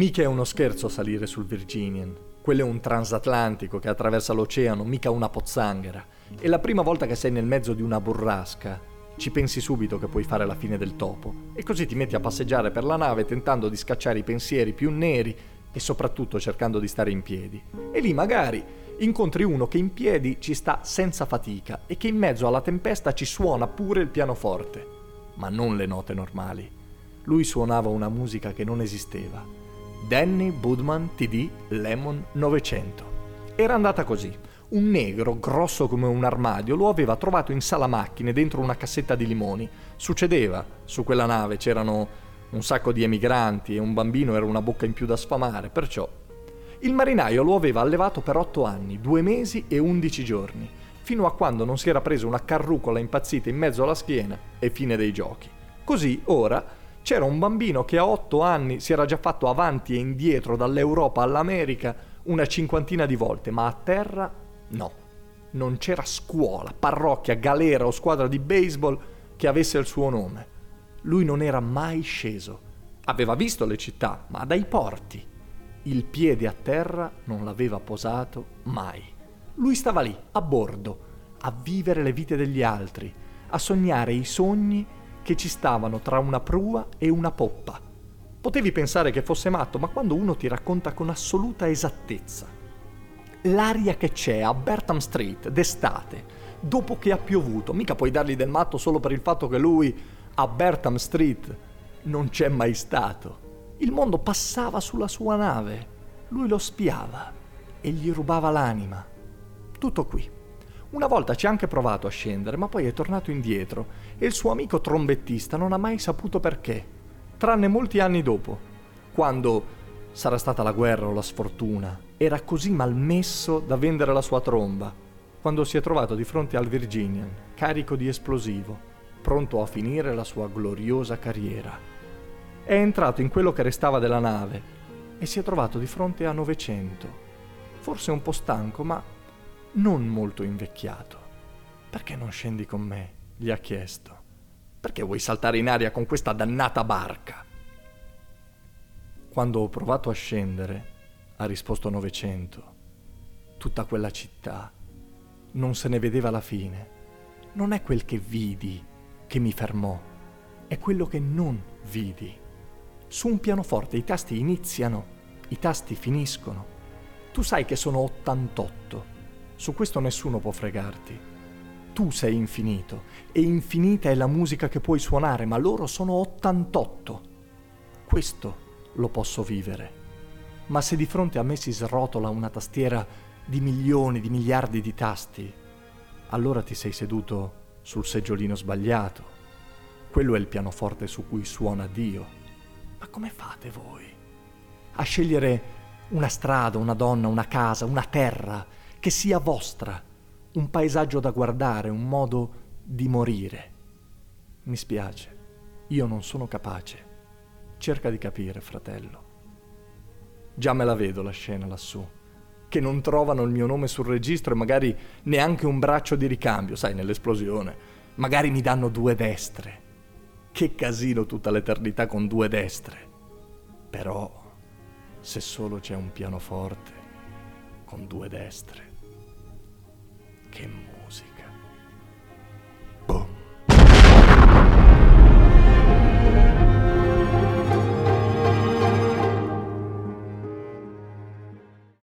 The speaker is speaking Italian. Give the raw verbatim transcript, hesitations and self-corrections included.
Mica è uno scherzo salire sul Virginian. Quello è un transatlantico che attraversa l'oceano, mica una pozzanghera. E la prima volta che sei nel mezzo di una burrasca, ci pensi subito che puoi fare la fine del topo. E così ti metti a passeggiare per la nave tentando di scacciare i pensieri più neri e soprattutto cercando di stare in piedi. E lì magari incontri uno che in piedi ci sta senza fatica e che in mezzo alla tempesta ci suona pure il pianoforte. Ma non le note normali. Lui suonava una musica che non esisteva. Danny Budman T D Lemon novecento. Era andata così. Un negro, grosso come un armadio, lo aveva trovato in sala macchine dentro una cassetta di limoni. Succedeva, su quella nave c'erano un sacco di emigranti e un bambino era una bocca in più da sfamare, perciò il marinaio lo aveva allevato per otto anni, due mesi e undici giorni, fino a quando non si era preso una carrucola impazzita in mezzo alla schiena e fine dei giochi. Così, ora, c'era un bambino che a otto anni si era già fatto avanti e indietro dall'Europa all'America una cinquantina di volte, ma a terra no. Non c'era scuola, parrocchia, galera o squadra di baseball che avesse il suo nome. Lui non era mai sceso. Aveva visto le città, ma dai porti. Il piede a terra non l'aveva posato mai. Lui stava lì, a bordo, a vivere le vite degli altri, a sognare i sogni che ci stavano tra una prua e una poppa. Potevi pensare che fosse matto, ma quando uno ti racconta con assoluta esattezza l'aria che c'è a Bertram Street d'estate, dopo che ha piovuto, mica puoi dargli del matto solo per il fatto che lui a Bertram Street non c'è mai stato. Il mondo passava sulla sua nave, lui lo spiava e gli rubava l'anima. Tutto qui. Una volta ci ha anche provato a scendere, ma poi è tornato indietro e il suo amico trombettista non ha mai saputo perché, tranne molti anni dopo, quando, sarà stata la guerra o la sfortuna, era così malmesso da vendere la sua tromba, quando si è trovato di fronte al Virginian, carico di esplosivo, pronto a finire la sua gloriosa carriera. È entrato in quello che restava della nave e si è trovato di fronte a Novecento, forse un po' stanco, ma non molto invecchiato. «Perché non scendi con me?» gli ha chiesto. «Perché vuoi saltare in aria con questa dannata barca?» «Quando ho provato a scendere», ha risposto Novecento, «tutta quella città non se ne vedeva la fine. Non è quel che vidi che mi fermò, è quello che non vidi. Su un pianoforte i tasti iniziano, i tasti finiscono. Tu sai che sono ottantotto. Su questo nessuno può fregarti. Tu sei infinito e infinita è la musica che puoi suonare, ma loro sono ottantotto. Questo lo posso vivere. Ma se di fronte a me si srotola una tastiera di milioni, di miliardi di tasti, allora ti sei seduto sul seggiolino sbagliato. Quello è il pianoforte su cui suona Dio. Ma come fate voi a scegliere una strada, una donna, una casa, una terra che sia vostra, un paesaggio da guardare, un modo di morire? Mi spiace, io non sono capace. Cerca di capire, fratello. Già me la vedo la scena lassù, che non trovano il mio nome sul registro e magari neanche un braccio di ricambio, sai, nell'esplosione. Magari mi danno due destre. Che casino tutta l'eternità con due destre. Però, se solo c'è un pianoforte con due destre.